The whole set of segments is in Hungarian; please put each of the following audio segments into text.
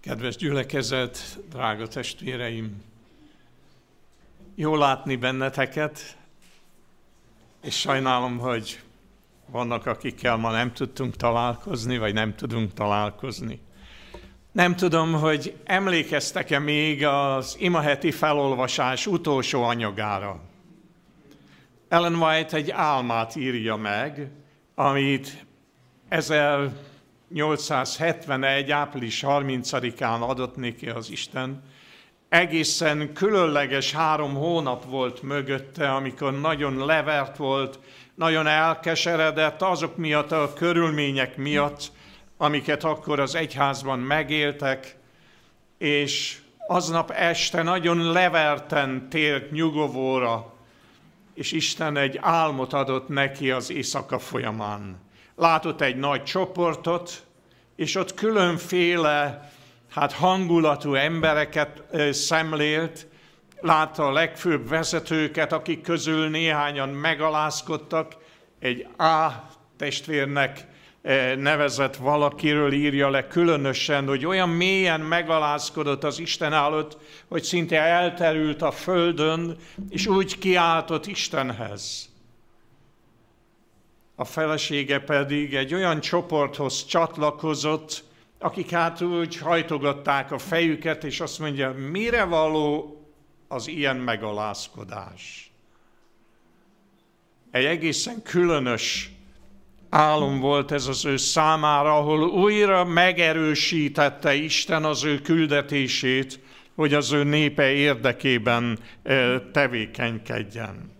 Kedves gyülekezet, drága testvéreim! Jó látni benneteket, és sajnálom, hogy vannak, akikkel ma nem tudtunk találkozni, vagy nem tudunk találkozni. Nem tudom, hogy emlékeztek-e még az imaheti felolvasás utolsó anyagára. Ellen White egy álmát írja meg, amit 1871. április 30-án adott neki az Isten. Egészen különleges 3 hónap volt mögötte, amikor nagyon levert volt, nagyon elkeseredett azok miatt, a körülmények miatt, amiket akkor az egyházban megéltek, és aznap este nagyon leverten tért nyugovóra, és Isten egy álmot adott neki az éjszaka folyamán. Látott egy nagy csoportot, és ott különféle hangulatú embereket szemlélt, látta a legfőbb vezetőket, akik közül néhányan megalázkodtak, egy A testvérnek nevezett valakiről írja le különösen, hogy olyan mélyen megalázkodott az Isten előtt, hogy szinte elterült a földön, és úgy kiáltott Istenhez. A felesége pedig egy olyan csoporthoz csatlakozott, akik úgy hajtogatták a fejüket, és azt mondja, mire való az ilyen megalázkodás? Egy egészen különös álom volt ez az ő számára, ahol újra megerősítette Isten az ő küldetését, hogy az ő népe érdekében tevékenykedjen.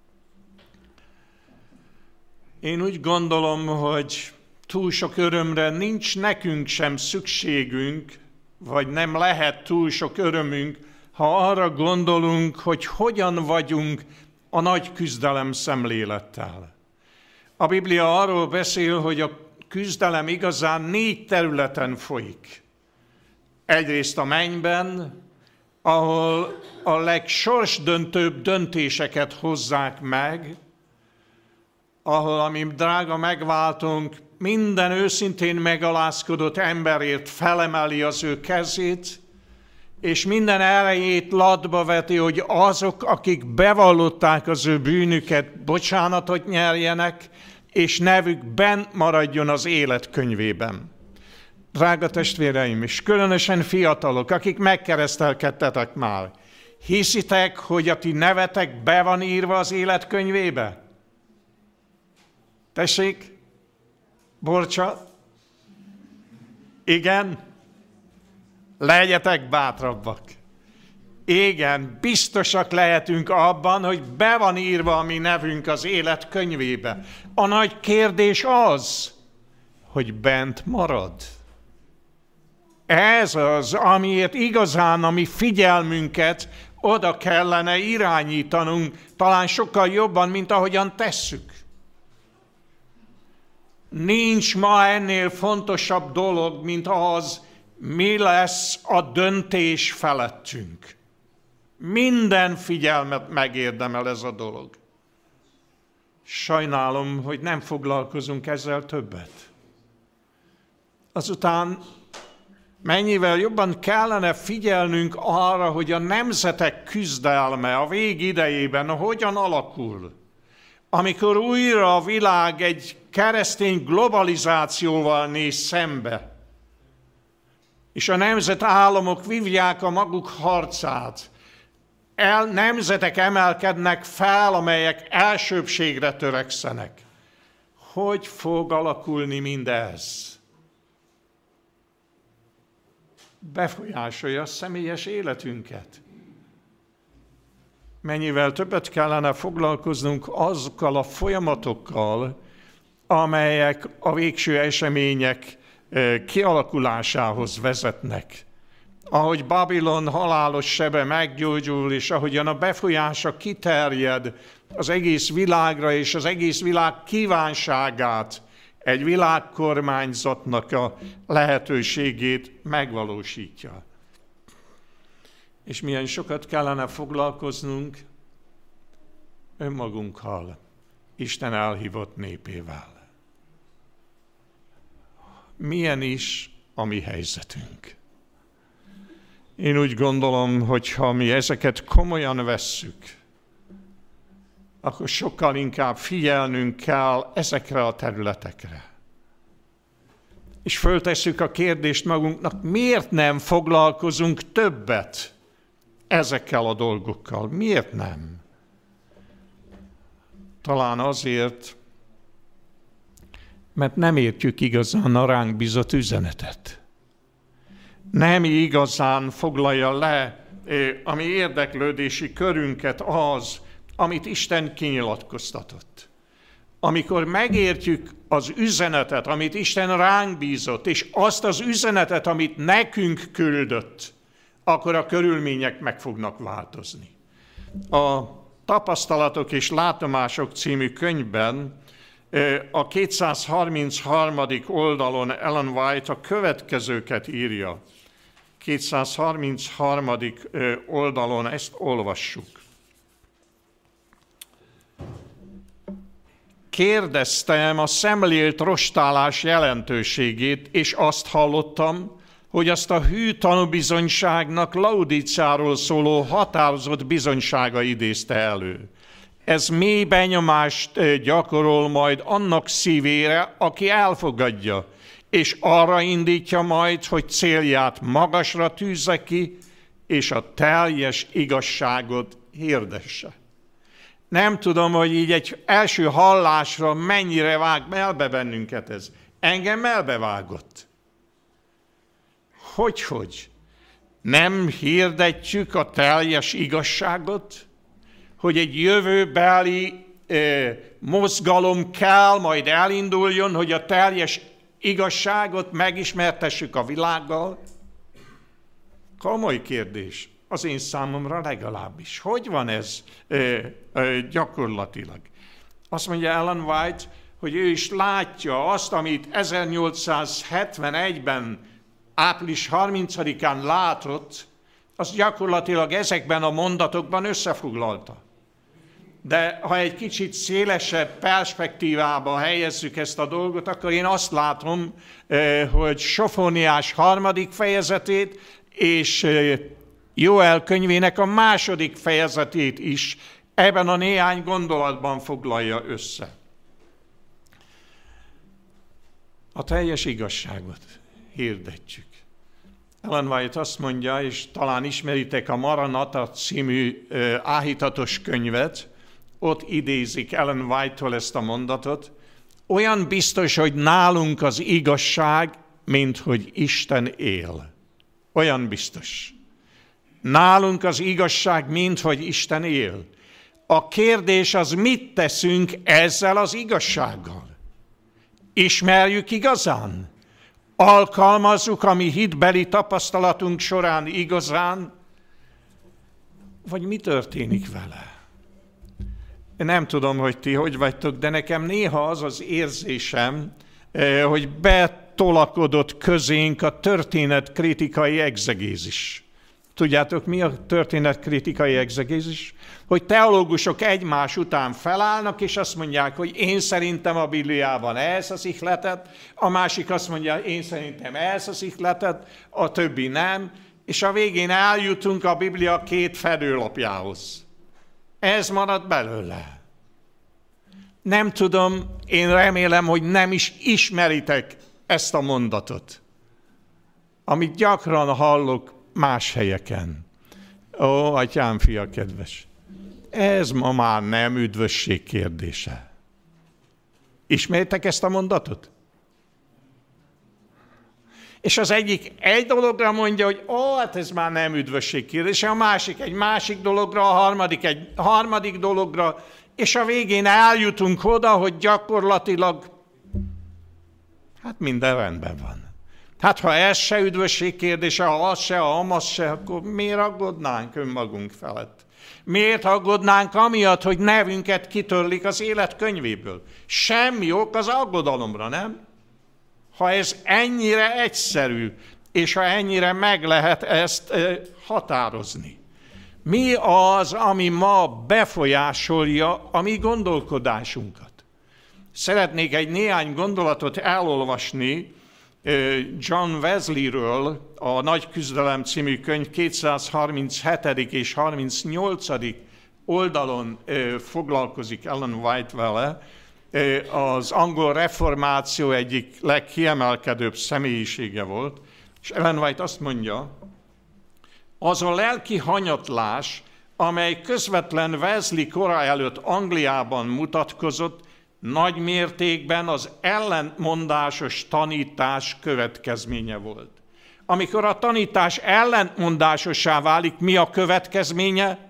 Én úgy gondolom, hogy túl sok örömre nincs nekünk sem szükségünk, vagy nem lehet túl sok örömünk, ha arra gondolunk, hogy hogyan vagyunk a nagy küzdelem szemlélettel. A Biblia arról beszél, hogy a küzdelem igazán 4 területen folyik. Egyrészt a mennyben, ahol a legsorsdöntőbb döntéseket hozzák meg, ahol, ami drága megváltunk, minden őszintén megalázkodott emberért felemeli az ő kezét, és minden erejét latba veti, hogy azok, akik bevallották az ő bűnüket, bocsánatot nyerjenek, és nevük bent maradjon az élet könyvében. Drága testvéreim, és különösen fiatalok, akik megkeresztelkedtetek már, hiszitek, hogy a ti nevetek be van írva az élet könyvébe? Tessék? Borcsa? Igen? Legyetek bátrabbak. Igen, biztosak lehetünk abban, hogy be van írva a mi nevünk az élet könyvébe. A nagy kérdés az, hogy bent marad. Ez az, amiért igazán a mi figyelmünket oda kellene irányítanunk, talán sokkal jobban, mint ahogyan tesszük. Nincs ma ennél fontosabb dolog, mint az, mi lesz a döntés felettünk. Minden figyelmet megérdemel ez a dolog. Sajnálom, hogy nem foglalkozunk ezzel többet. Azután mennyivel jobban kellene figyelnünk arra, hogy a nemzetek küzdelme a vég idejében hogyan alakul. Amikor újra a világ egy keresztény globalizációval néz szembe, és a nemzetállamok vívják a maguk harcát, nemzetek emelkednek fel, amelyek elsőbbségre törekszenek. Hogy fog alakulni mindez? Befolyásolja a személyes életünket. Mennyivel többet kellene foglalkoznunk azokkal a folyamatokkal, amelyek a végső események kialakulásához vezetnek. Ahogy Babilon halálos sebe meggyógyul, és ahogyan a befolyása kiterjed az egész világra, és az egész világ kívánságát, egy világkormányzatnak a lehetőségét megvalósítja. És milyen sokat kellene foglalkoznunk önmagunkkal, Isten elhívott népével. Milyen is a mi helyzetünk? Én úgy gondolom, hogy ha mi ezeket komolyan vesszük, akkor sokkal inkább figyelnünk kell ezekre a területekre. És föltesszük a kérdést magunknak, miért nem foglalkozunk többet ezekkel a dolgokkal? Miért nem? Talán azért, mert nem értjük igazán a ránk bízott üzenetet. Nem igazán foglalja le a mi érdeklődési körünket az, amit Isten kinyilatkoztatott. Amikor megértjük az üzenetet, amit Isten ránk bízott, és azt az üzenetet, amit nekünk küldött, akkor a körülmények meg fognak változni. A Tapasztalatok és látomások című könyvben a 233. oldalon Ellen White a következőket írja. 233. oldalon ezt olvassuk. Kérdeztem a szemlélt rostálás jelentőségét, és azt hallottam, hogy azt a hű tanúbizonyságnak Laudíciáról szóló határozott bizonysága idézte elő. Ez mély benyomást gyakorol majd annak szívére, aki elfogadja, és arra indítja majd, hogy célját magasra tűzze ki, és a teljes igazságot hirdesse. Nem tudom, hogy így egy első hallásra mennyire vág melbe bennünket ez. Engem melbevágott. Hogy? Nem hirdetjük a teljes igazságot? Hogy egy jövőbeli mozgalom kell, majd elinduljon, hogy a teljes igazságot megismertessük a világgal? Komoly kérdés. Az én számomra legalábbis. Hogy van ez gyakorlatilag? Azt mondja Ellen White, hogy ő is látja azt, amit 1871-ben április 30-án látott, azt gyakorlatilag ezekben a mondatokban összefoglalta. De ha egy kicsit szélesebb perspektívába helyezzük ezt a dolgot, akkor én azt látom, hogy Sofóniás 3. fejezetét és Jóel könyvének a 2. fejezetét is ebben a néhány gondolatban foglalja össze. A teljes igazságot hirdetjük. Ellen White azt mondja, és talán ismeritek a Maranata című áhítatos könyvet, ott idézik Ellen White-tól ezt a mondatot, olyan biztos, hogy nálunk az igazság, mint hogy Isten él. Olyan biztos. Nálunk az igazság, mint hogy Isten él. A kérdés az, mit teszünk ezzel az igazsággal? Ismerjük igazán? Alkalmazzuk a mi hitbeli tapasztalatunk során igazán? Vagy mi történik vele? Nem tudom, hogy ti hogy vagytok, de nekem néha az az érzésem, hogy betolakodott közénk a történetkritikai egzegézis. Tudjátok, mi a történetkritikai egzegézis? Hogy teológusok egymás után felállnak, és azt mondják, hogy én szerintem a Bibliában ez az ihletet, a másik azt mondja, én szerintem ez az ihletet, a többi nem, és a végén eljutunk a Biblia 2 fedőlapjához. Ez marad belőle. Nem tudom, én remélem, hogy nem is ismeritek ezt a mondatot, amit gyakran hallok más helyeken. Ó, atyám, fia kedves, ez ma már nem üdvösség kérdése. Ismeritek ezt a mondatot? És az egyik egy dologra mondja, hogy hát ez már nem üdvösség kérdése, a másik egy másik dologra, a harmadik egy harmadik dologra, és a végén eljutunk oda, hogy gyakorlatilag hát minden rendben van. Hát ha ez se üdvösség kérdése, ha az se, ha amaz se, akkor miért aggódnánk önmagunk felett? Miért aggódnánk amiatt, hogy nevünket kitörlik az élet könyvéből? Semmi ok az aggodalomra, nem? Ha ez ennyire egyszerű, és ha ennyire meg lehet ezt határozni. Mi az, ami ma befolyásolja a mi gondolkodásunkat? Szeretnék egy néhány gondolatot elolvasni John Wesleyről, a Nagy Küzdelem című könyv 237. és 38. oldalon foglalkozik Ellen White vele, az angol reformáció egyik legkiemelkedőbb személyisége volt, és Ellen White azt mondja, az a lelki hanyatlás, amely közvetlen Wesley kora előtt Angliában mutatkozott, nagy mértékben az ellentmondásos tanítás következménye volt. Amikor a tanítás ellentmondásossá válik, mi a következménye?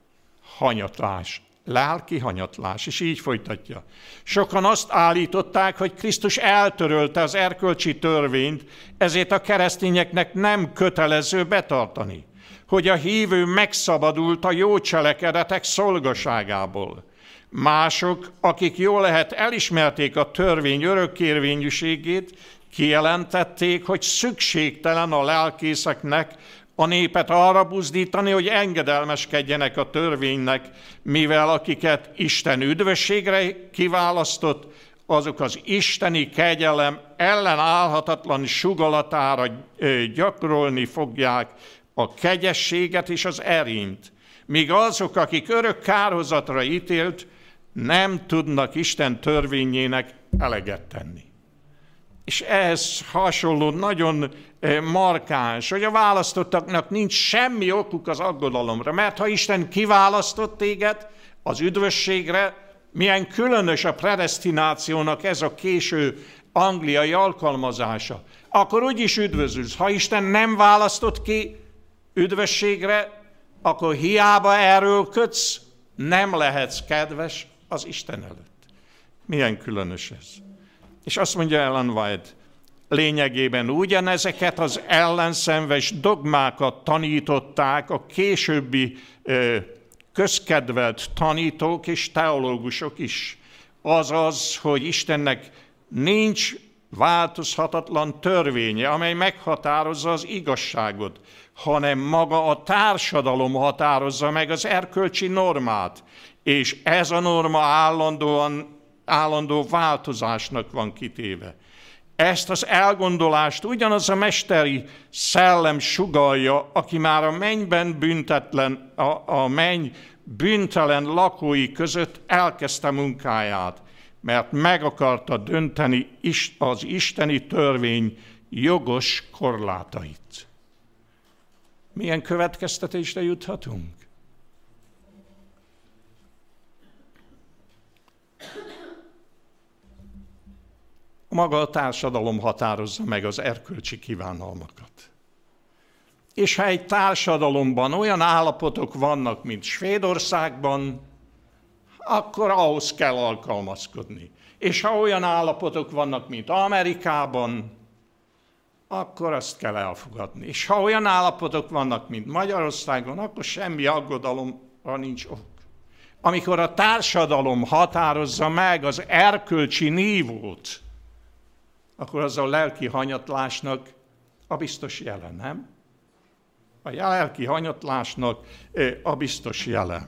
Hanyatlás, lelki hanyatlás, és így folytatja. Sokan azt állították, hogy Krisztus eltörölte az erkölcsi törvényt, ezért a keresztényeknek nem kötelező betartani, hogy a hívő megszabadult a jó cselekedetek szolgaságából. Mások, akik jól lehet elismerték a törvény örökkérvényűségét, kijelentették, hogy szükségtelen a lelkészeknek a népet arra buzdítani, hogy engedelmeskedjenek a törvénynek, mivel akiket Isten üdvösségre kiválasztott, azok az isteni kegyelem ellenállhatatlan sugalatára gyakorolni fogják a kegyességet és az erényt, míg azok, akik örök kárhozatra ítélt, nem tudnak Isten törvényének eleget tenni. És ehhez hasonló nagyon markáns, hogy a választottaknak nincs semmi okuk az aggodalomra, mert ha Isten kiválasztott téged az üdvösségre, milyen különös a predesztinációnak ez a késő angliai alkalmazása, akkor úgyis üdvözülsz. Ha Isten nem választott ki üdvösségre, akkor hiába erőlködsz, nem lehetsz kedves az Isten előtt. Milyen különös ez. És azt mondja Ellen White, lényegében ugyanezeket az ellenszenves dogmákat tanították a későbbi közkedvelt tanítók és teológusok is. Azaz, hogy Istennek nincs változhatatlan törvénye, amely meghatározza az igazságot, hanem maga a társadalom határozza meg az erkölcsi normát, és ez a norma állandó változásnak van kitéve. Ezt az elgondolást ugyanaz a mesteri szellem sugallja, aki már a mennyben büntetlen, a menny bűntelen lakói között elkezdte munkáját, mert meg akarta dönteni az isteni törvény jogos korlátait. Milyen következtetésre juthatunk? Maga a társadalom határozza meg az erkölcsi kívánalmakat. És ha egy társadalomban olyan állapotok vannak, mint Svédországban, akkor ahhoz kell alkalmazkodni. És ha olyan állapotok vannak, mint Amerikában, akkor azt kell elfogadni. És ha olyan állapotok vannak, mint Magyarországon, akkor semmi aggodalomra nincs ok. Amikor a társadalom határozza meg az erkölcsi nívót, akkor az a lelki hanyatlásnak a biztos jele, nem? A lelki hanyatlásnak a biztos jele.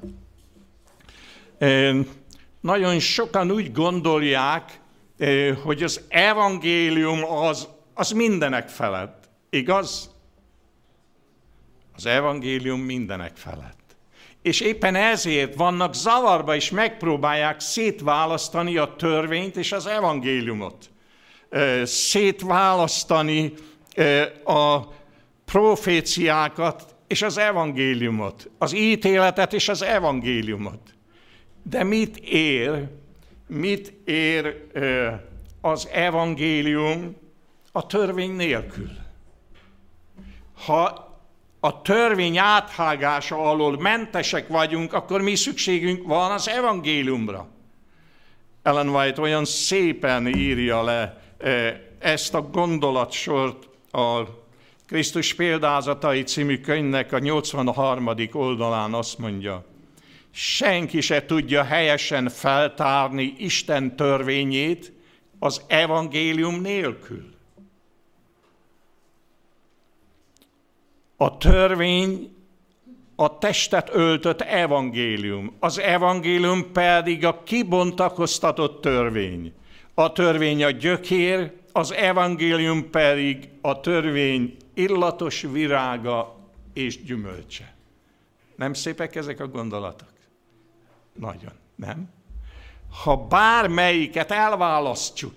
Nagyon sokan úgy gondolják, hogy az evangélium az mindenek felett. Igaz? Az evangélium mindenek felett. És éppen ezért vannak zavarba, és megpróbálják szétválasztani a törvényt és az evangéliumot. Szétválasztani a proféciákat és az evangéliumot, az ítéletet és az evangéliumot. De mit ér az evangélium a törvény nélkül? Ha a törvény áthágása alól mentesek vagyunk, akkor mi szükségünk van az evangéliumra. Ellen White olyan szépen írja le ezt a gondolatsort a Krisztus példázatai című könyvnek a 83. oldalán, azt mondja, senki se tudja helyesen feltárni Isten törvényét az evangélium nélkül. A törvény a testet öltött evangélium, az evangélium pedig a kibontakoztatott törvény. A törvény a gyökér, az evangélium pedig a törvény illatos virága és gyümölcse. Nem szépek ezek a gondolatok? Nagyon, nem? Ha bármelyiket elválasztjuk,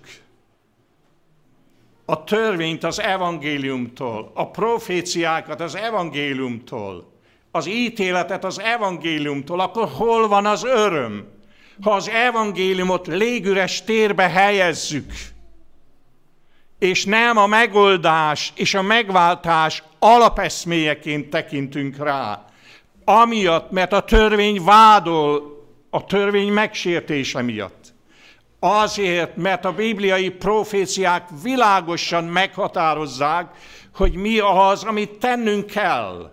a törvényt az evangéliumtól, a proféciákat az evangéliumtól, az ítéletet az evangéliumtól, akkor hol van az öröm? Ha az evangéliumot légüres térbe helyezzük, és nem a megoldás és a megváltás alapeszméjeként tekintünk rá, amiatt, mert a törvény vádol a törvény megsértése miatt. Azért, mert a bibliai proféciák világosan meghatározzák, hogy mi az, amit tennünk kell.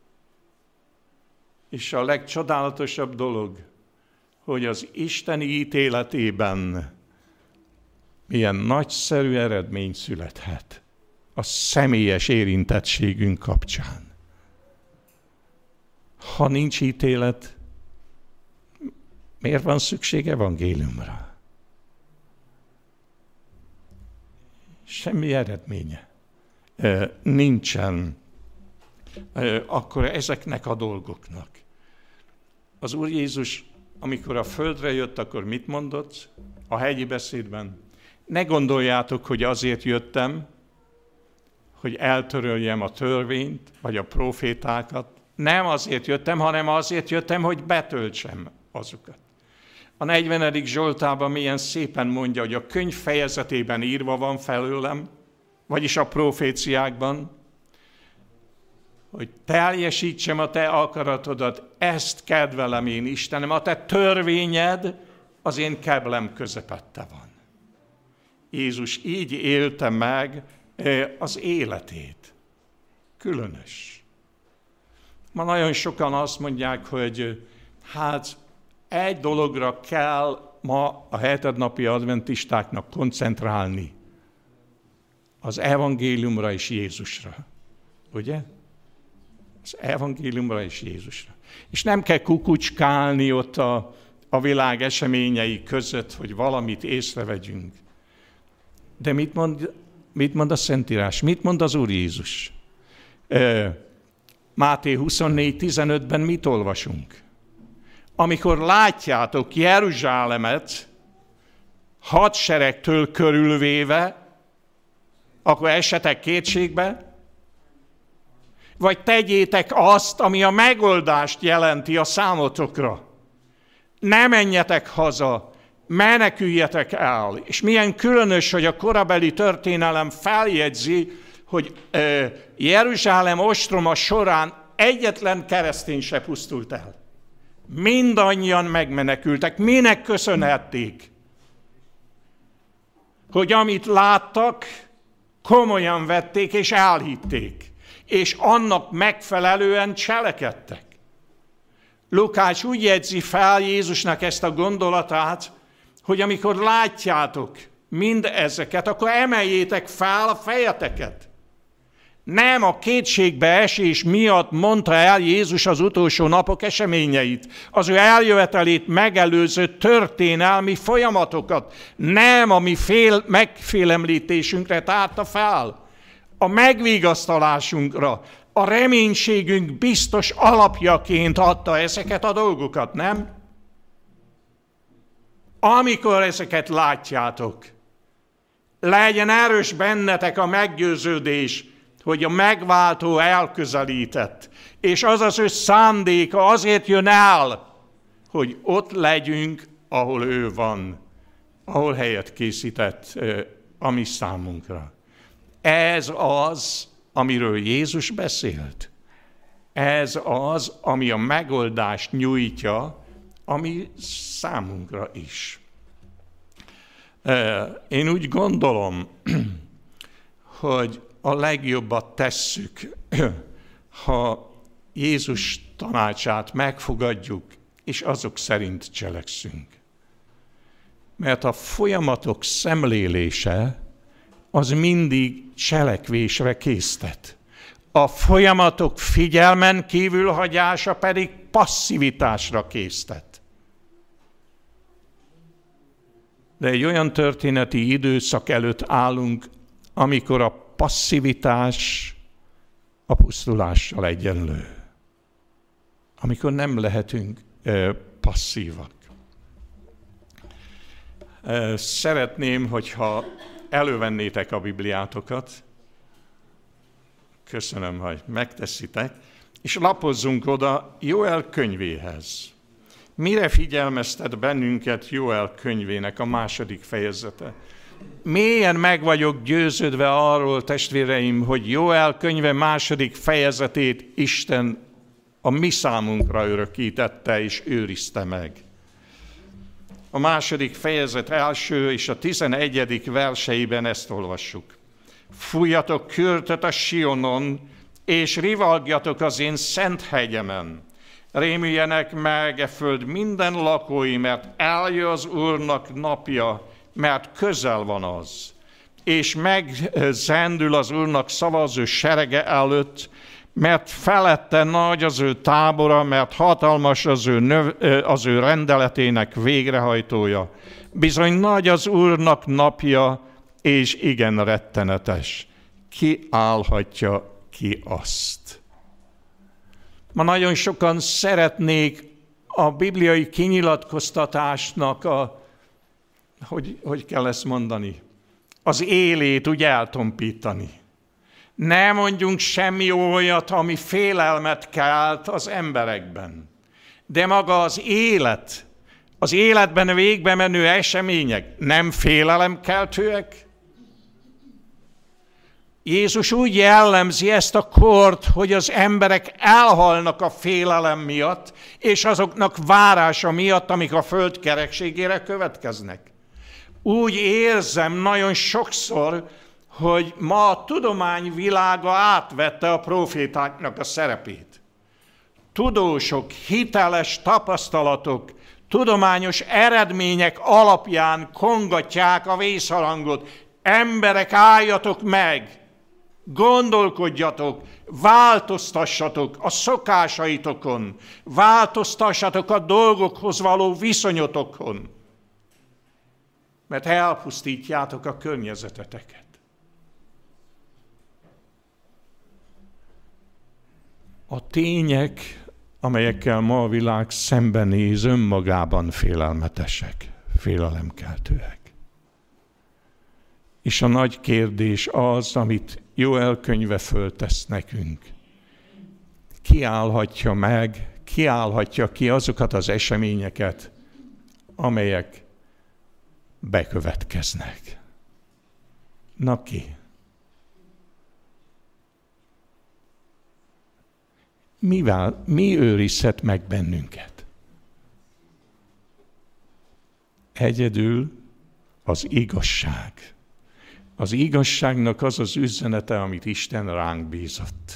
És a legcsodálatosabb dolog, hogy az Isteni ítéletében milyen nagyszerű eredmény születhet a személyes érintettségünk kapcsán. Ha nincs ítélet, miért van szükség evangéliumra? Semmi eredménye nincsen akkor ezeknek a dolgoknak. Az Úr Jézus, amikor a földre jött, akkor mit mondott a hegyi beszédben? Ne gondoljátok, hogy azért jöttem, hogy eltöröljem a törvényt, vagy a profétákat. Nem azért jöttem, hanem azért jöttem, hogy betöltsem azokat. A 40. Zsoltában milyen szépen mondja, hogy a könyv fejezetében írva van felőlem, vagyis a proféciákban, hogy teljesítsem a te akaratodat, ezt kedvelem én, Istenem, a te törvényed az én keblem közepette van. Jézus így élte meg az életét. Különös. Ma nagyon sokan azt mondják, hogy hát egy dologra kell ma a hetednapi adventistáknak koncentrálni. Az evangéliumra és Jézusra. Ugye? Az evangéliumra és Jézusra. És nem kell kukucskálni ott a világ eseményei között, hogy valamit észrevegyünk. De mit mond a Szentírás? Mit mond az Úr Jézus? Máté 24:15-ben mit olvasunk? Amikor látjátok Jeruzsálemet hadseregtől körülvéve, akkor essetek kétségbe, vagy tegyétek azt, ami a megoldást jelenti a számotokra. Ne menjetek haza, meneküljetek el. És milyen különös, hogy a korabeli történelem feljegyzi, hogy Jeruzsálem ostroma során egyetlen keresztény se pusztult el. Mindannyian megmenekültek. Minek köszönhették? Hogy amit láttak, komolyan vették és elhitték. És annak megfelelően cselekedtek. Lukács úgy jegyzi fel Jézusnak ezt a gondolatát, hogy amikor látjátok mind ezeket, akkor emeljétek fel a fejeteket. Nem a kétségbe esés miatt mondta el Jézus az utolsó napok eseményeit, az ő eljövetelét megelőző történelmi folyamatokat. Nem a mi megfélemlítésünkre tárta fel, a megvigasztalásunkra, a reménységünk biztos alapjaként adta ezeket a dolgokat, nem? Amikor ezeket látjátok, legyen erős bennetek a meggyőződés, hogy a megváltó elközelített, és az az ő szándéka azért jön el, hogy ott legyünk, ahol ő van, ahol helyet készített a mi számunkra. Ez az, amiről Jézus beszélt. Ez az, ami a megoldást nyújtja, ami számunkra is. Én úgy gondolom, hogy a legjobbat tesszük, ha Jézus tanácsát megfogadjuk, és azok szerint cselekszünk. Mert a folyamatok szemlélése az mindig cselekvésre késztet. A folyamatok figyelmen kívül hagyása pedig passzivitásra késztet. de egy olyan történeti időszak előtt állunk, amikor a passzivitás a pusztulással egyenlő. Amikor nem lehetünk passzívak. Szeretném, hogyha elővennétek a Bibliátokat. Köszönöm, hogy megteszitek. És lapozzunk oda Jóel könyvéhez. Mire figyelmeztet bennünket Jóel könyvének a 2. fejezete? Mélyen meg vagyok győződve arról, testvéreim, hogy Jóel könyve 2. fejezetét Isten a mi számunkra örökítette és őrizte meg. A 2. fejezet első és a 11. verseiben ezt olvassuk. Fújjatok kürtöt a Sionon, és rivalgjatok az én szent hegyemen. Rémüljenek meg e föld minden lakói, mert eljön az Úrnak napja, mert közel van az. És megzendül az Úrnak szava az ő serege előtt, mert felette nagy az ő tábora, mert hatalmas az ő rendeletének végrehajtója. Bizony nagy az Úrnak napja, és igen rettenetes. Ki állhatja ki azt? Ma nagyon sokan szeretnék a bibliai kinyilatkoztatásnak hogy kell ezt mondani? Az élét úgy eltompítani. Ne mondjunk semmi olyat, ami félelmet kelt az emberekben. De maga az élet, az életben végbe menő események nem félelemkeltőek? Jézus úgy jellemzi ezt a kort, hogy az emberek elhalnak a félelem miatt, és azoknak várása miatt, amik a föld kerekségére következnek. Úgy érzem nagyon sokszor, hogy ma a tudomány világa átvette a profétáknak a szerepét. Tudósok, hiteles tapasztalatok, tudományos eredmények alapján kongatják a vészharangot. Emberek, álljatok meg! Gondolkodjatok, változtassatok a szokásaitokon, változtassatok a dolgokhoz való viszonyotokon, mert elpusztítjátok a környezeteteket. A tények, amelyekkel ma a világ szembenéz, önmagában félelmetesek, félelemkeltőek. És a nagy kérdés az, amit Jóel könyve föltesz nekünk. Ki állhatja meg, ki állhatja ki azokat az eseményeket, amelyek bekövetkeznek? Na ki? Mi őrizhet meg bennünket? Egyedül az igazság. Az igazságnak az az üzenete, amit Isten ránk bízott.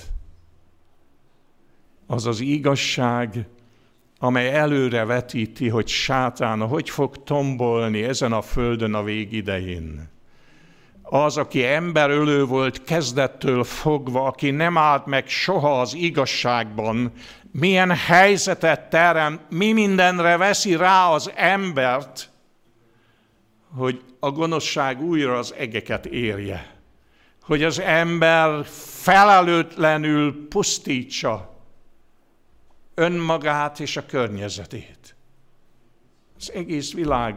Az az igazság, amely előre vetíti, hogy sátán hogy fog tombolni ezen a földön a végidején. Az, aki emberölő volt kezdettől fogva, aki nem állt meg soha az igazságban, milyen helyzetet teremt, mi mindenre veszi rá az embert, hogy a gonoszság újra az egeket érje. Hogy az ember felelőtlenül pusztítsa önmagát és a környezetét. Az egész világ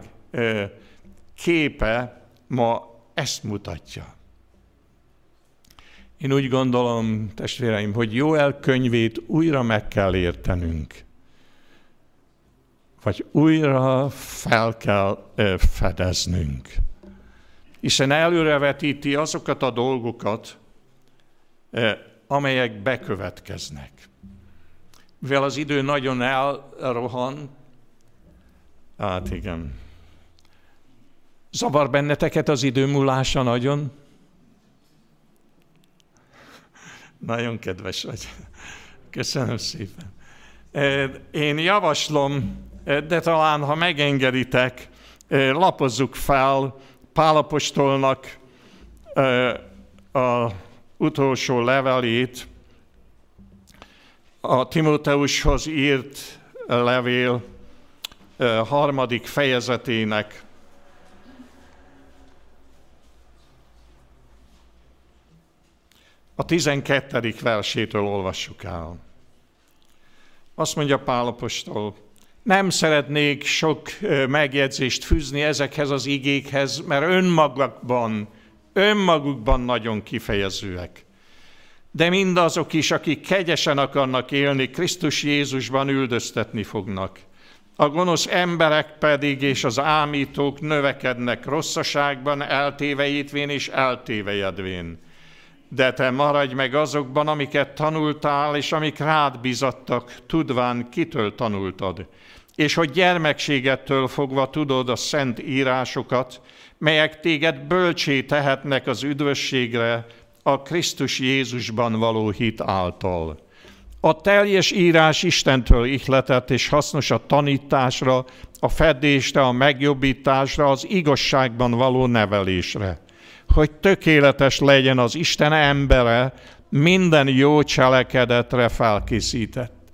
képe ma ezt mutatja. Én úgy gondolom, testvéreim, hogy Jóel könyvét újra meg kell értenünk. Vagy újra fel kell fedeznünk. Hiszen előrevetíti azokat a dolgokat, amelyek bekövetkeznek. Mivel az idő nagyon elrohan, hát igen, zavar benneteket az idő múlása nagyon? Nagyon kedves vagy. Köszönöm szépen. Én javaslom, de talán, ha megengeditek, lapozzuk fel Pál apostolnak az utolsó levelét, a Timóteushoz írt levél 3. fejezetének A 12. versétől olvassuk el. Azt mondja Pál apostol, nem szeretnék sok megjegyzést fűzni ezekhez az igékhez, mert önmagukban nagyon kifejezőek. De mindazok is, akik kegyesen akarnak élni, Krisztus Jézusban üldöztetni fognak. A gonosz emberek pedig és az ámítók növekednek rosszaságban, eltévejétvén és eltévejedvén. De te maradj meg azokban, amiket tanultál, és amik rád bízattak, tudván, kitől tanultad. És hogy gyermekségettől fogva tudod a szent írásokat, melyek téged bölcsé tehetnek az üdvösségre, a Krisztus Jézusban való hit által. A teljes írás Istentől ihletett és hasznos a tanításra, a fedésre, a megjobbításra, az igazságban való nevelésre, hogy tökéletes legyen az Isten embere, minden jó cselekedetre felkészített.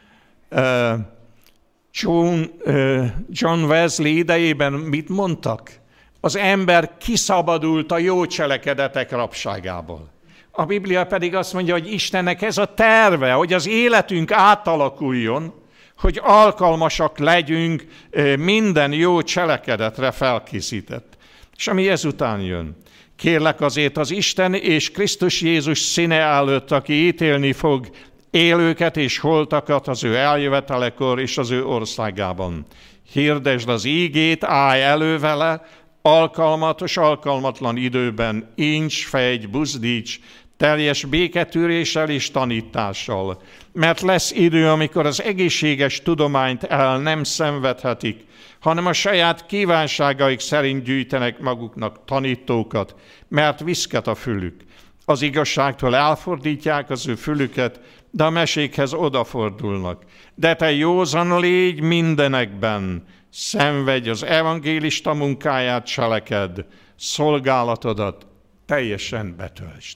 John Wesley idejében mit mondtak? Az ember kiszabadult a jó cselekedetek rabságából. A Biblia pedig azt mondja, hogy Istennek ez a terve, hogy az életünk átalakuljon, hogy alkalmasak legyünk minden jó cselekedetre felkészített. És ami ezután jön. Kérlek azért az Isten és Krisztus Jézus színe előtt, aki ítélni fog élőket és holtakat az ő eljövetelekor és az ő országában. Hirdesd az ígét, állj elő vele, alkalmatos, alkalmatlan időben, incs, fejgy, buzdíts, teljes béketűréssel és tanítással. Mert lesz idő, amikor az egészséges tudományt el nem szenvedhetik, hanem a saját kívánságaik szerint gyűjtenek maguknak tanítókat, mert viszket a fülük. Az igazságtól elfordítják az ő fülüket, de a mesékhez odafordulnak. De te józan légy mindenekben, szenvedj az evangélista munkáját, cselekedd, szolgálatodat teljesen betöltsd.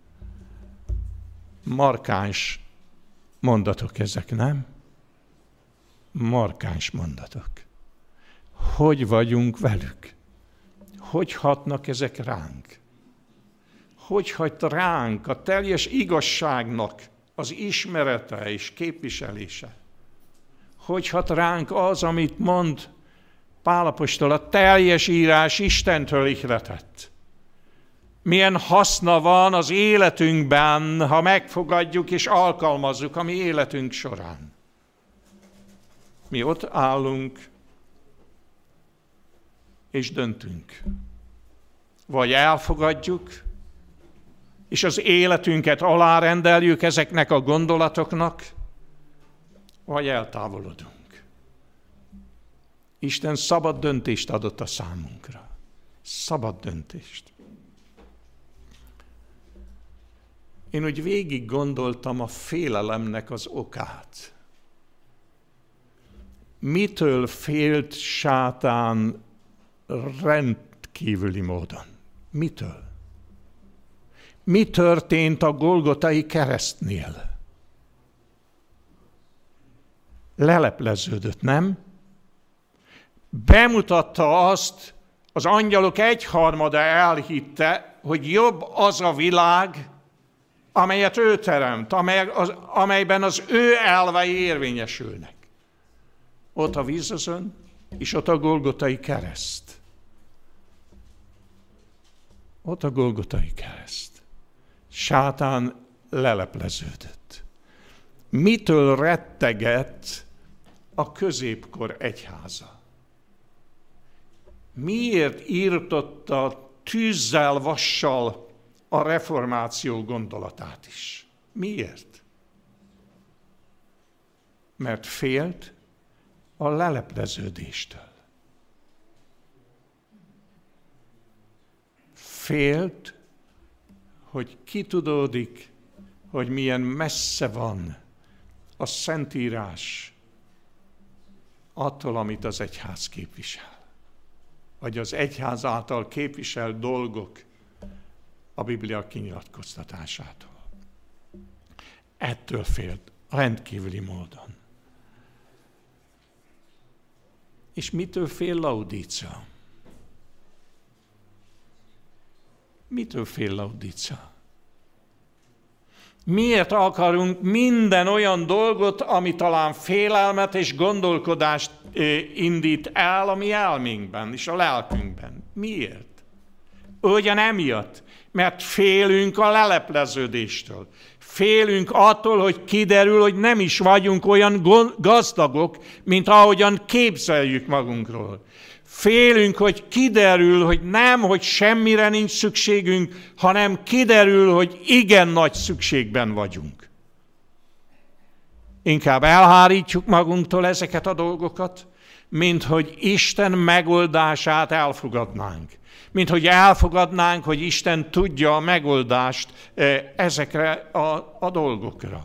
Markáns mondatok ezek, nem? Markáns mondatok. Hogy vagyunk velük? Hogy hatnak ezek ránk? Hogy hat ránk a teljes igazságnak az ismerete és képviselése? Hogy hat ránk az, amit mond Pál apostol, a teljes írás Istentől ihletett? Milyen haszna van az életünkben, ha megfogadjuk és alkalmazzuk a mi életünk során? Mi ott állunk és döntünk. Vagy elfogadjuk, és az életünket alárendeljük ezeknek a gondolatoknak, vagy eltávolodunk. Isten szabad döntést adott a számunkra. Szabad döntést. Én úgy végig gondoltam a félelemnek az okát. Mitől félt sátán rendkívüli módon? Mitől? Mi történt a Golgotai keresztnél? Lelepleződött, nem? Bemutatta azt, az angyalok egyharmada elhitte, hogy jobb az a világ, amelyet ő teremt, amelyben az ő elvei érvényesülnek. Ott a vízözön, és ott a Golgotai kereszt. Ott a Golgotai kereszt. Sátán lelepleződött. Mitől rettegett a középkor egyháza? Miért írtotta tűzzel, vassal a reformáció gondolatát is? Miért? Mert félt a lelepleződéstől. Félt, hogy kitudódik, hogy milyen messze van a Szentírás attól, amit az egyház képvisel. Vagy az egyház által képviselt dolgok a Biblia kinyilatkoztatásától. Ettől félt rendkívüli módon. És mitől fél Laodícea? Mitől fél Laodícea? Miért akarunk minden olyan dolgot, ami talán félelmet és gondolkodást indít el a mi elménkben és a lelkünkben? Miért? Ugyan emiatt, mert félünk a lelepleződéstől. Félünk attól, hogy kiderül, hogy nem is vagyunk olyan gazdagok, mint ahogyan képzeljük magunkról. Félünk, hogy kiderül, hogy nem, hogy semmire nincs szükségünk, hanem kiderül, hogy igen nagy szükségben vagyunk. Inkább elhárítjuk magunktól ezeket a dolgokat, mint hogy Isten megoldását elfogadnánk. Mint hogy elfogadnánk, hogy Isten tudja a megoldást ezekre a dolgokra.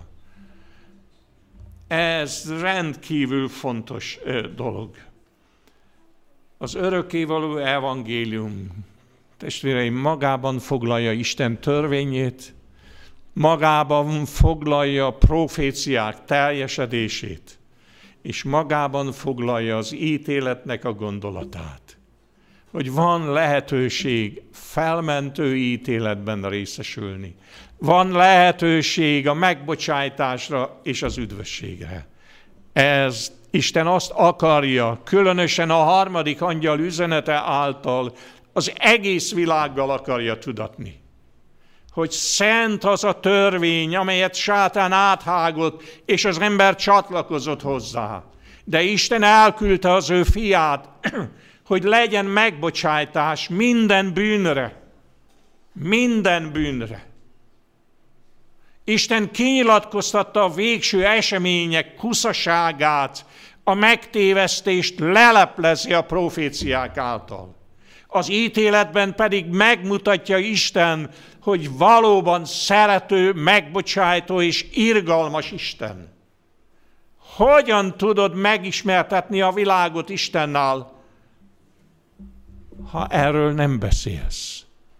Ez rendkívül fontos dolog. Az örökkévaló evangélium, testvéreim, magában foglalja Isten törvényét, magában foglalja a proféciák teljesedését, és magában foglalja az ítéletnek a gondolatát. Hogy van lehetőség felmentő ítéletben részesülni. Van lehetőség a megbocsájtásra és az üdvösségre. Ez Isten azt akarja, különösen a harmadik angyal üzenete által az egész világgal akarja tudatni. Hogy szent az a törvény, amelyet sátán áthágott, és az ember csatlakozott hozzá. De Isten elküldte az ő fiát, hogy legyen megbocsájtás minden bűnre. Minden bűnre. Isten kinyilatkoztatta a végső események kuszaságát, a megtévesztést leleplezi a proféciák által. Az ítéletben pedig megmutatja Isten, hogy valóban szerető, megbocsájtó és irgalmas Isten. Hogyan tudod megismertetni a világot Istennel, ha erről nem beszélsz?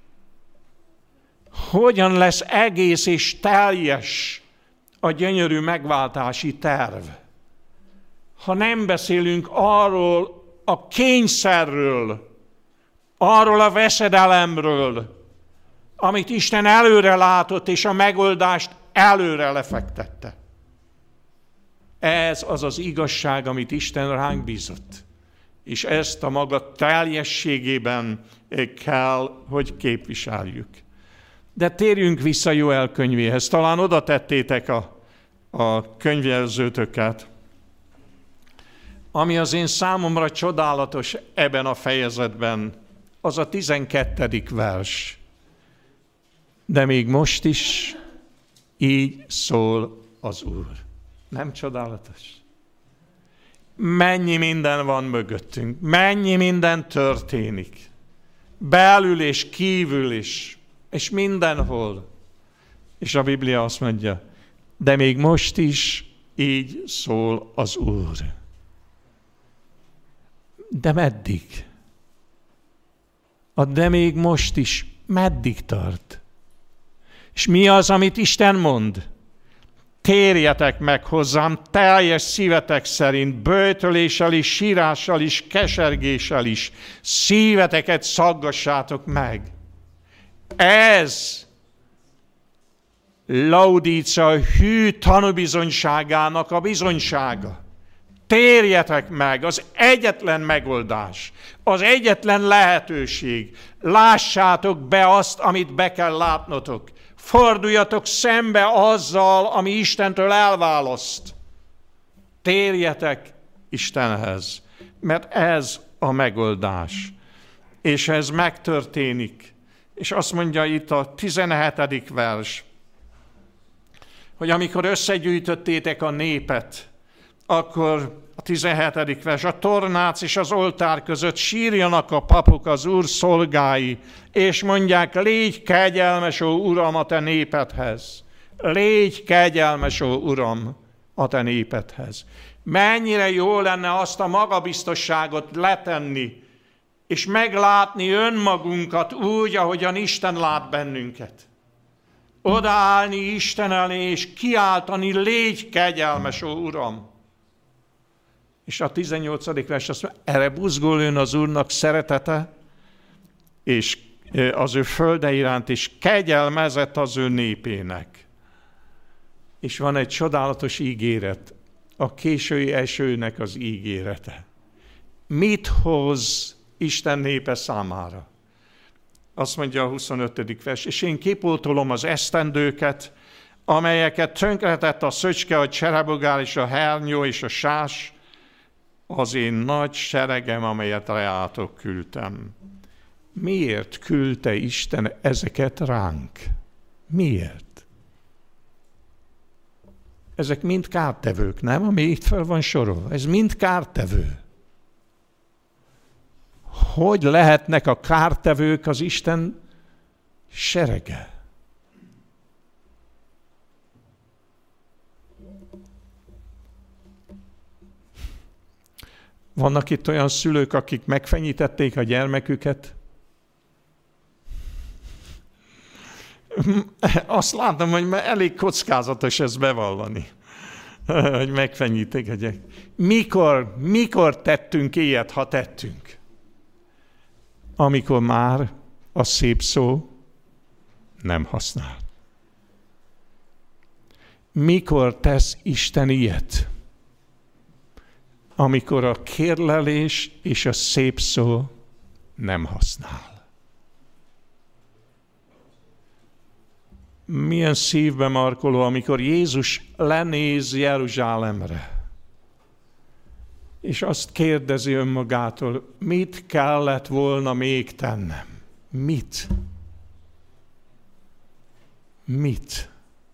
Hogyan lesz egész és teljes a gyönyörű megváltási terv, ha nem beszélünk arról a kényszerről, arról a veszedelemről, amit Isten előre látott, és a megoldást előre lefektette. Ez az az igazság, amit Isten ránk bízott. És ezt a maga teljességében kell, hogy képviseljük. De térjünk vissza Jóel könyvéhez. Talán oda tettétek a könyvjelzőtöket. Ami az én számomra csodálatos ebben a fejezetben, az a 12. vers. De még most is így szól az Úr. Nem csodálatos? Mennyi minden van mögöttünk, mennyi minden történik. Belül és kívül is, és mindenhol. És a Biblia azt mondja, de még most is így szól az Úr. De meddig? De még most is meddig tart? És mi az, amit Isten mond? Térjetek meg hozzám teljes szívetek szerint, böjtöléssel is, sírással is, kesergéssel is. Szíveteket szaggassátok meg. Ez Laodícea hű tanúbizonyságának a bizonysága. Térjetek meg, az egyetlen megoldás, az egyetlen lehetőség. Lássátok be azt, amit be kell látnotok. Forduljatok szembe azzal, ami Istentől elválaszt. Térjetek Istenhez, mert ez a megoldás. És ez megtörténik. És azt mondja itt a 17. vers, hogy amikor összegyűjtöttétek a népet, akkor a 17. vers, a tornác és az oltár között sírjanak a papok, az Úr szolgái, és mondják, légy kegyelmes, ó Uram, a te népedhez. Légy kegyelmes, ó Uram, a te népedhez. Mennyire jó lenne azt a magabiztosságot letenni, és meglátni önmagunkat úgy, ahogyan Isten lát bennünket. Odaállni Isten elé, és kiáltani, légy kegyelmes, ó Uram. És a 18. vers azt mondja, erre buzgoljon az Úrnak szeretete, és az ő földe iránt is kegyelmezett az ő népének. És van egy csodálatos ígéret, a késői esőnek az ígérete. Mit hoz Isten népe számára? Azt mondja a 25. vers, és én kipótolom az esztendőket, amelyeket tönkretett a szöcske, a cserebogár és a hernyó és a sás, az én nagy seregem, amelyet reátok küldtem. Miért küldte Isten ezeket ránk? Miért? Ezek mind kártevők, nem? Ami itt fel van sorolva. Ez mind kártevő. Hogy lehetnek a kártevők az Isten serege? Vannak itt olyan szülők, akik megfenyítették a gyermeküket. Azt látom, hogy elég kockázatos ezt bevallani, hogy megfenyítik a gyermeküket. Mikor tettünk ilyet, ha tettünk? Amikor már a szép szó nem használ. Mikor tesz Isten ilyet? Amikor a kérlelés és a szép szó nem használ. Milyen szívbe markoló, amikor Jézus lenéz Jeruzsálemre, és azt kérdezi önmagától, mit kellett volna még tennem? Mit? Mit?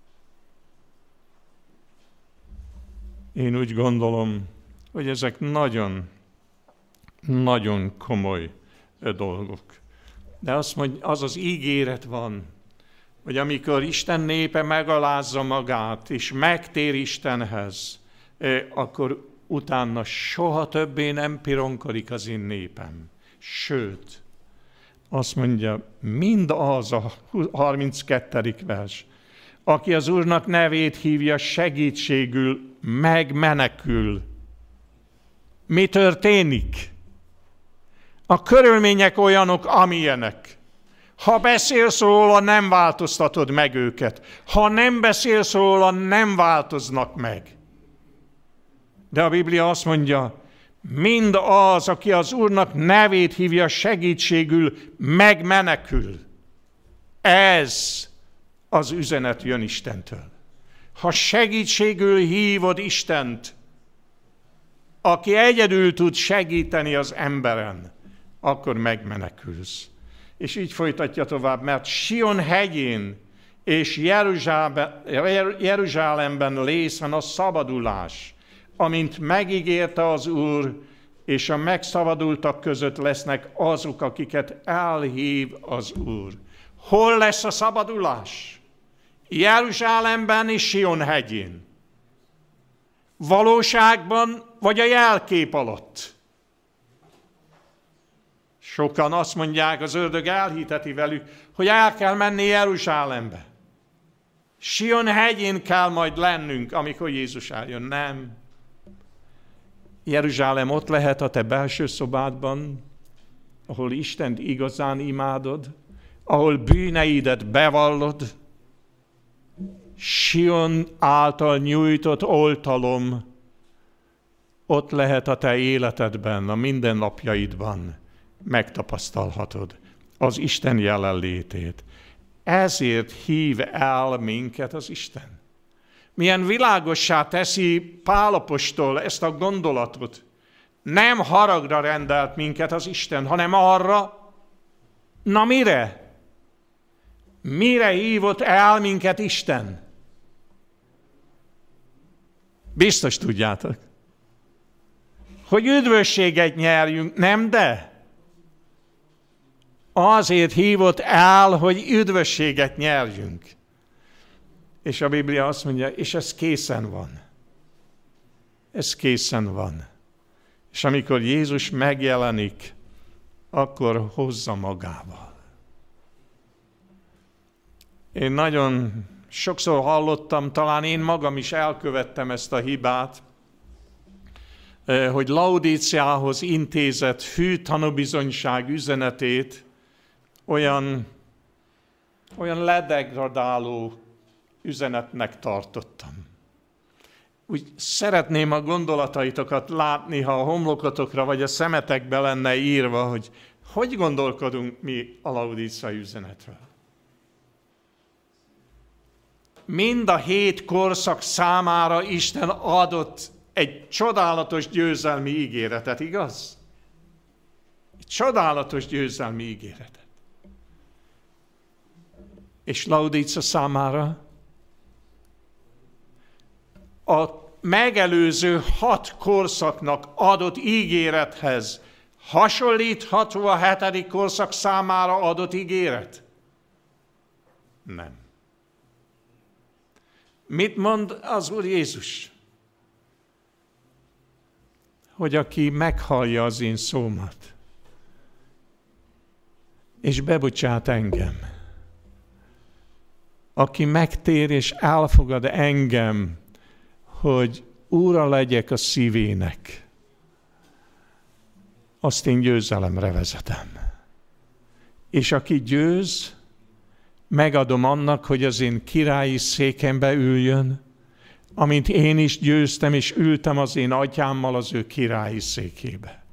Én úgy gondolom, hogy ezek nagyon, nagyon komoly dolgok. De azt mondja, az az ígéret van, hogy amikor Isten népe megalázza magát, és megtér Istenhez, akkor utána soha többé nem pironkodik az én népem. Sőt, azt mondja, mind az a 32. vers, aki az Úrnak nevét hívja, segítségül megmenekül. Mi történik? A körülmények olyanok, amilyenek. Ha beszélsz róla, nem változtatod meg őket. Ha nem beszélsz róla, nem változnak meg. De a Biblia azt mondja, mind az, aki az Úrnak nevét hívja, segítségül megmenekül. Ez az üzenet jön Istentől. Ha segítségül hívod Istent, aki egyedül tud segíteni az emberen, akkor megmenekülsz. És így folytatja tovább, mert Sion hegyén és Jeruzsálemben lészen a szabadulás, amint megígérte az Úr, és a megszabadultak között lesznek azok, akiket elhív az Úr. Hol lesz a szabadulás? Jeruzsálemben és Sion hegyén. Valóságban vagy a jelkép alatt? Sokan azt mondják, az ördög elhiteti velük, hogy el kell menni Jeruzsálembe. Sion hegyén kell majd lennünk, amikor Jézus eljön. Nem. Jeruzsálem ott lehet a te belső szobádban, ahol Istent igazán imádod, ahol bűneidet bevallod. Sion által nyújtott oltalom ott lehet a te életedben, a mindennapjaidban. Megtapasztalhatod az Isten jelenlétét. Ezért hív el minket az Isten. Milyen világossá teszi Pál apostol ezt a gondolatot. Nem haragra rendelt minket az Isten, hanem arra, na mire? Mire hívott el minket Isten? Biztos tudjátok. Hogy üdvösséget nyerjünk, nem de? Azért hívott el, hogy üdvösséget nyerjünk. És a Biblia azt mondja, és ez készen van. Ez készen van. És amikor Jézus megjelenik, akkor hozza magával. Én nagyon sokszor hallottam, talán én magam is elkövettem ezt a hibát, hogy Laodíceához intézett hű tanúbizonyság üzenetét olyan ledegradáló üzenetnek tartottam. Úgy szeretném a gondolataitokat látni, ha a homlokotokra vagy a szemetekbe lenne írva, hogy gondolkodunk mi a laudíciai üzenetről. Mind a 7 korszak számára Isten adott egy csodálatos győzelmi ígéretet, igaz? Egy csodálatos győzelmi ígéretet. És Laudícia számára a megelőző 6 korszaknak adott ígérethez hasonlítható a 7. korszak számára adott ígéret? Nem. Mit mond az Úr Jézus? Hogy aki meghallja az én szómat, és bebocsát engem, aki megtér és elfogad engem, hogy úra legyek a szívének, azt én győzelemre vezetem. És aki győz, megadom annak, hogy az én királyi székembe üljön, amint én is győztem, és ültem az én atyámmal az ő királyi székébe.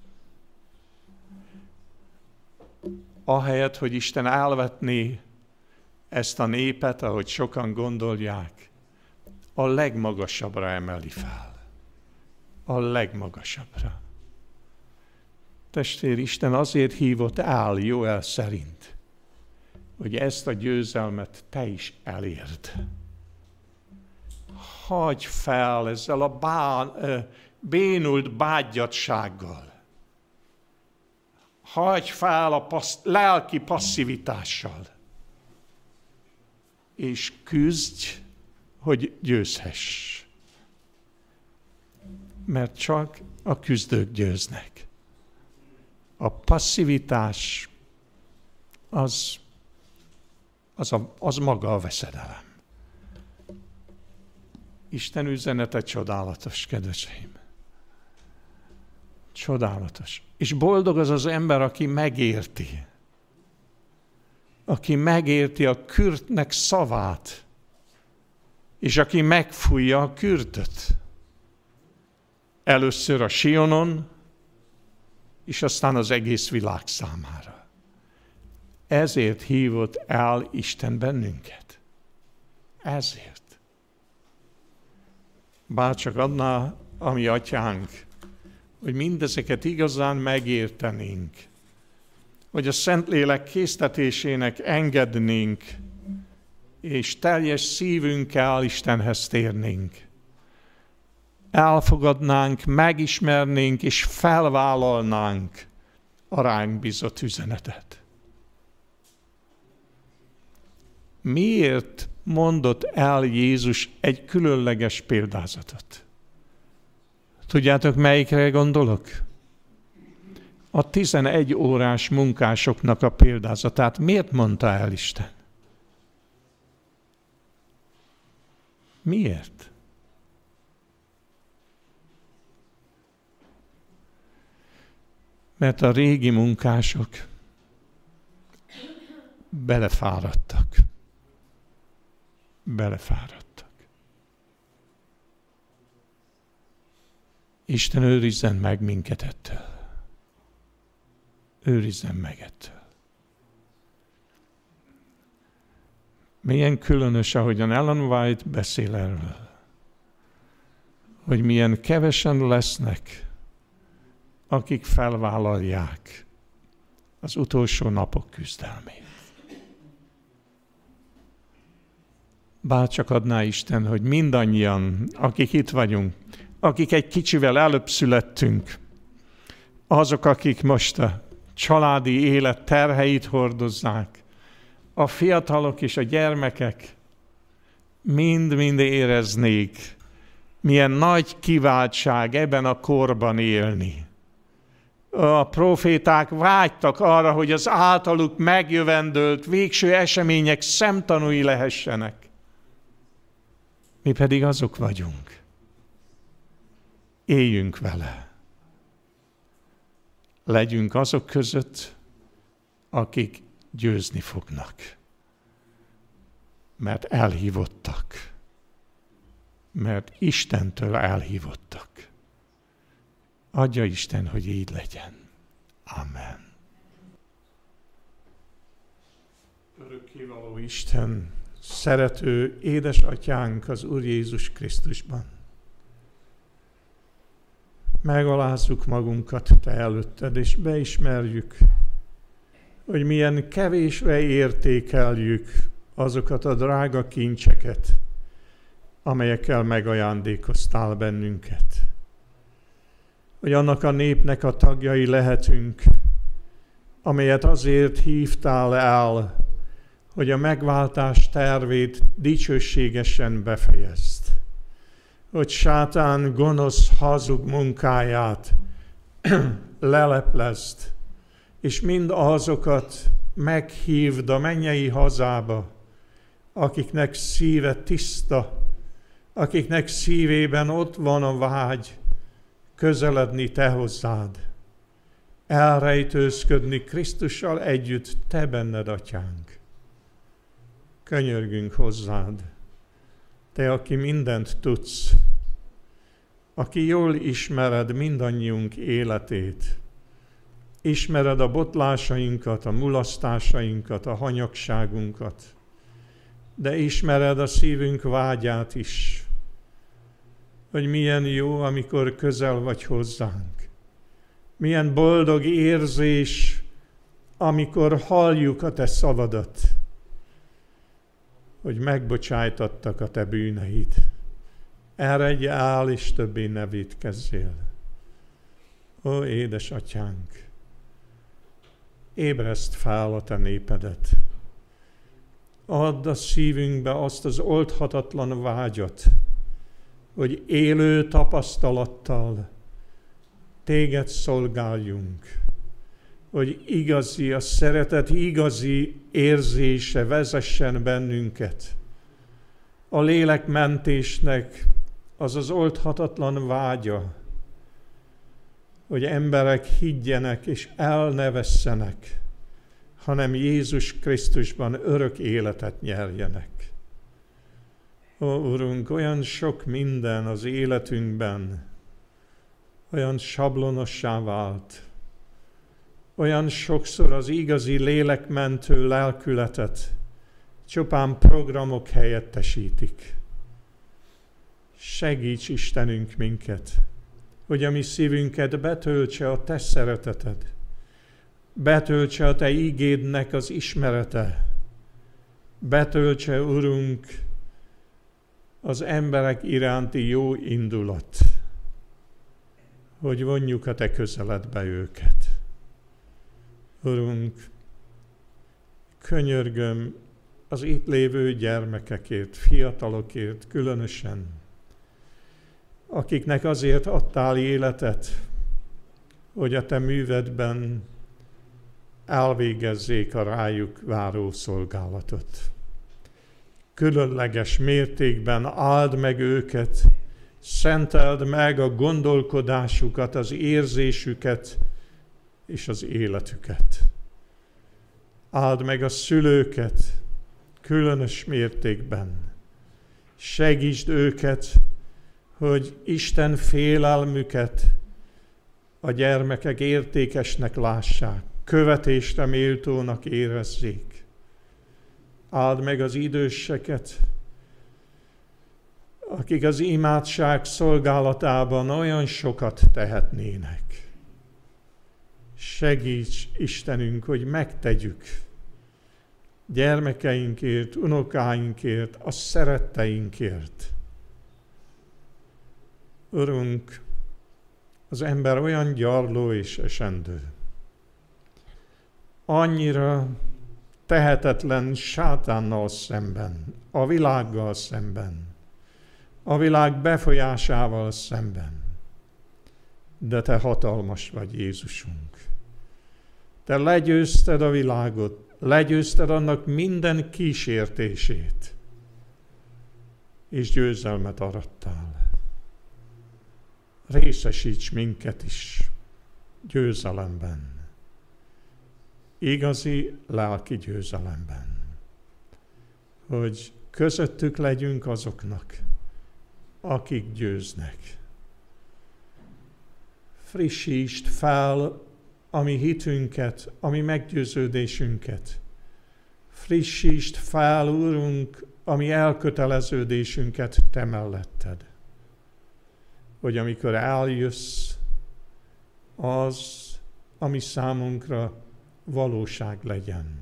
Ahelyett, hogy Isten elvetné ezt a népet, ahogy sokan gondolják, a legmagasabbra emeli fel. A legmagasabbra. Testvér, Isten azért hívott el Jóel szerint, hogy ezt a győzelmet te is elérd. Hagyj fel ezzel a bénult bágyadtsággal. Hagyj fel a lelki passzivitással. És küzdj, hogy győzhess. Mert csak a küzdők győznek. A passzivitás az maga a veszedelem. Isten üzenete csodálatos, kedveseim. Csodálatos. És boldog az az ember, aki megérti. Aki megérti a kürtnek szavát, és aki megfújja a kürtöt. Először a Sionon, és aztán az egész világ számára. Ezért hívott el Isten bennünket. Ezért. Bárcsak adná a mi atyánk, hogy mindezeket igazán megértenénk, hogy a Szentlélek késztetésének engednénk, és teljes szívünkkel Istenhez térnénk. Elfogadnánk, megismernénk, és felvállalnánk a ránk bízott üzenetet. Miért mondott el Jézus egy különleges példázatot? Tudjátok, melyikre gondolok? A 11 órás munkásoknak a példázatát miért mondta el Isten? Miért? Mert a régi munkások belefáradtak. Isten őrizzen meg minket ettől. Őrizzen meg ettől. Milyen különös, ahogyan Ellen White beszél erről, hogy milyen kevesen lesznek, akik felvállalják az utolsó napok küzdelmét. Bárcsak adná Isten, hogy mindannyian, akik itt vagyunk, akik egy kicsivel előbb születtünk, azok, akik most a családi élet terheit hordozzák, a fiatalok és a gyermekek mind-mind éreznék, milyen nagy kiváltság ebben a korban élni. A proféták vágytak arra, hogy az általuk megjövendölt végső események szemtanúi lehessenek. Mi pedig azok vagyunk. Éljünk vele. Legyünk azok között, akik győzni fognak. mert elhívottak. Mert Istentől elhívottak. Adja Isten, hogy így legyen. Amen. Örökkévaló Isten, szerető édesatyánk az Úr Jézus Krisztusban. Megalázzuk magunkat Te előtted, és beismerjük, hogy milyen kevésre értékeljük azokat a drága kincseket, amelyekkel megajándékoztál bennünket. Hogy annak a népnek a tagjai lehetünk, amelyet azért hívtál el, hogy a megváltás tervét dicsőségesen befejezd. Hogy sátán gonosz, hazug munkáját leleplezd, és mind azokat meghívd a mennyei hazába, akiknek szíve tiszta, akiknek szívében ott van a vágy közeledni Te hozzád, elrejtőzködni Krisztussal együtt Te benned, Atyánk. Könyörgünk hozzád, Te, aki mindent tudsz, aki jól ismered mindannyiunk életét, ismered a botlásainkat, a mulasztásainkat, a hanyagságunkat, de ismered a szívünk vágyát is, hogy milyen jó, amikor közel vagy hozzánk. Milyen boldog érzés, amikor halljuk a Te szavadat, hogy megbocsájtattak a Te bűneid. Eredj el, és többé ne vétkezzél. Ó, édesatyánk, ébreszd fel a Te népedet. Add a szívünkbe azt az oldhatatlan vágyat, hogy élő tapasztalattal Téged szolgáljunk, hogy igazi, a szeretet igazi érzése vezessen bennünket. A lélekmentésnek az az oldhatatlan vágya, hogy emberek higgyenek és el ne vesszenek, hanem Jézus Krisztusban örök életet nyerjenek. Ó, Urunk, olyan sok minden az életünkben, olyan sablonossá vált, olyan sokszor az igazi lélekmentő lelkületet csupán programok helyettesítik. Segíts, Istenünk, minket, hogy a mi szívünket betöltse a Te szereteted, betöltse a Te ígédnek az ismerete, betöltse, Urunk, az emberek iránti jó indulat, hogy vonjuk a Te közeledbe őket. Urunk, könyörgöm az itt lévő gyermekekért, fiatalokért különösen, akiknek azért adtál életet, hogy a Te művedben elvégezzék a rájuk váró szolgálatot. Különleges mértékben áld meg őket, szenteld meg a gondolkodásukat, az érzésüket és az életüket. Áld meg a szülőket különös mértékben. Segítsd őket, hogy Isten félelmüket a gyermekek értékesnek lássák, követésre méltónak érezzék. Áld meg az időseket, akik az imádság szolgálatában olyan sokat tehetnének. Segíts, Istenünk, hogy megtegyük gyermekeinkért, unokáinkért, a szeretteinkért. Urunk, az ember olyan gyarló és esendő. Annyira tehetetlen sátánnal szemben, a világgal szemben, a világ befolyásával szemben. De Te hatalmas vagy, Jézusunk. Te legyőzted a világot, legyőzted annak minden kísértését, és győzelmet arattál. Részesíts minket is győzelemben, igazi lelki győzelemben, hogy közöttük legyünk azoknak, akik győznek. Frissítsd fel a mi hitünket, a mi meggyőződésünket. Frissítsd fel, Úrunk, a mi elköteleződésünket Te melletted. Hogy amikor eljössz, az, ami számunkra valóság legyen.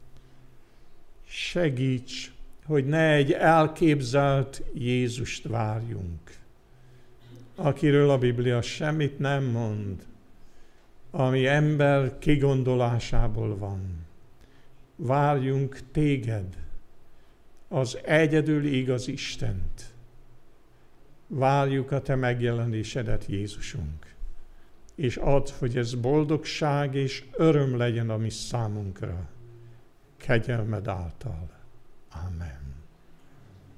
Segíts, hogy ne egy elképzelt Jézust várjunk, akiről a Biblia semmit nem mond, ami ember kigondolásából van. Várjunk Téged, az egyedül igaz Istent. Várjuk a Te megjelenésedet, Jézusunk, és add, hogy ez boldogság és öröm legyen a mi számunkra, kegyelmed által. Amen.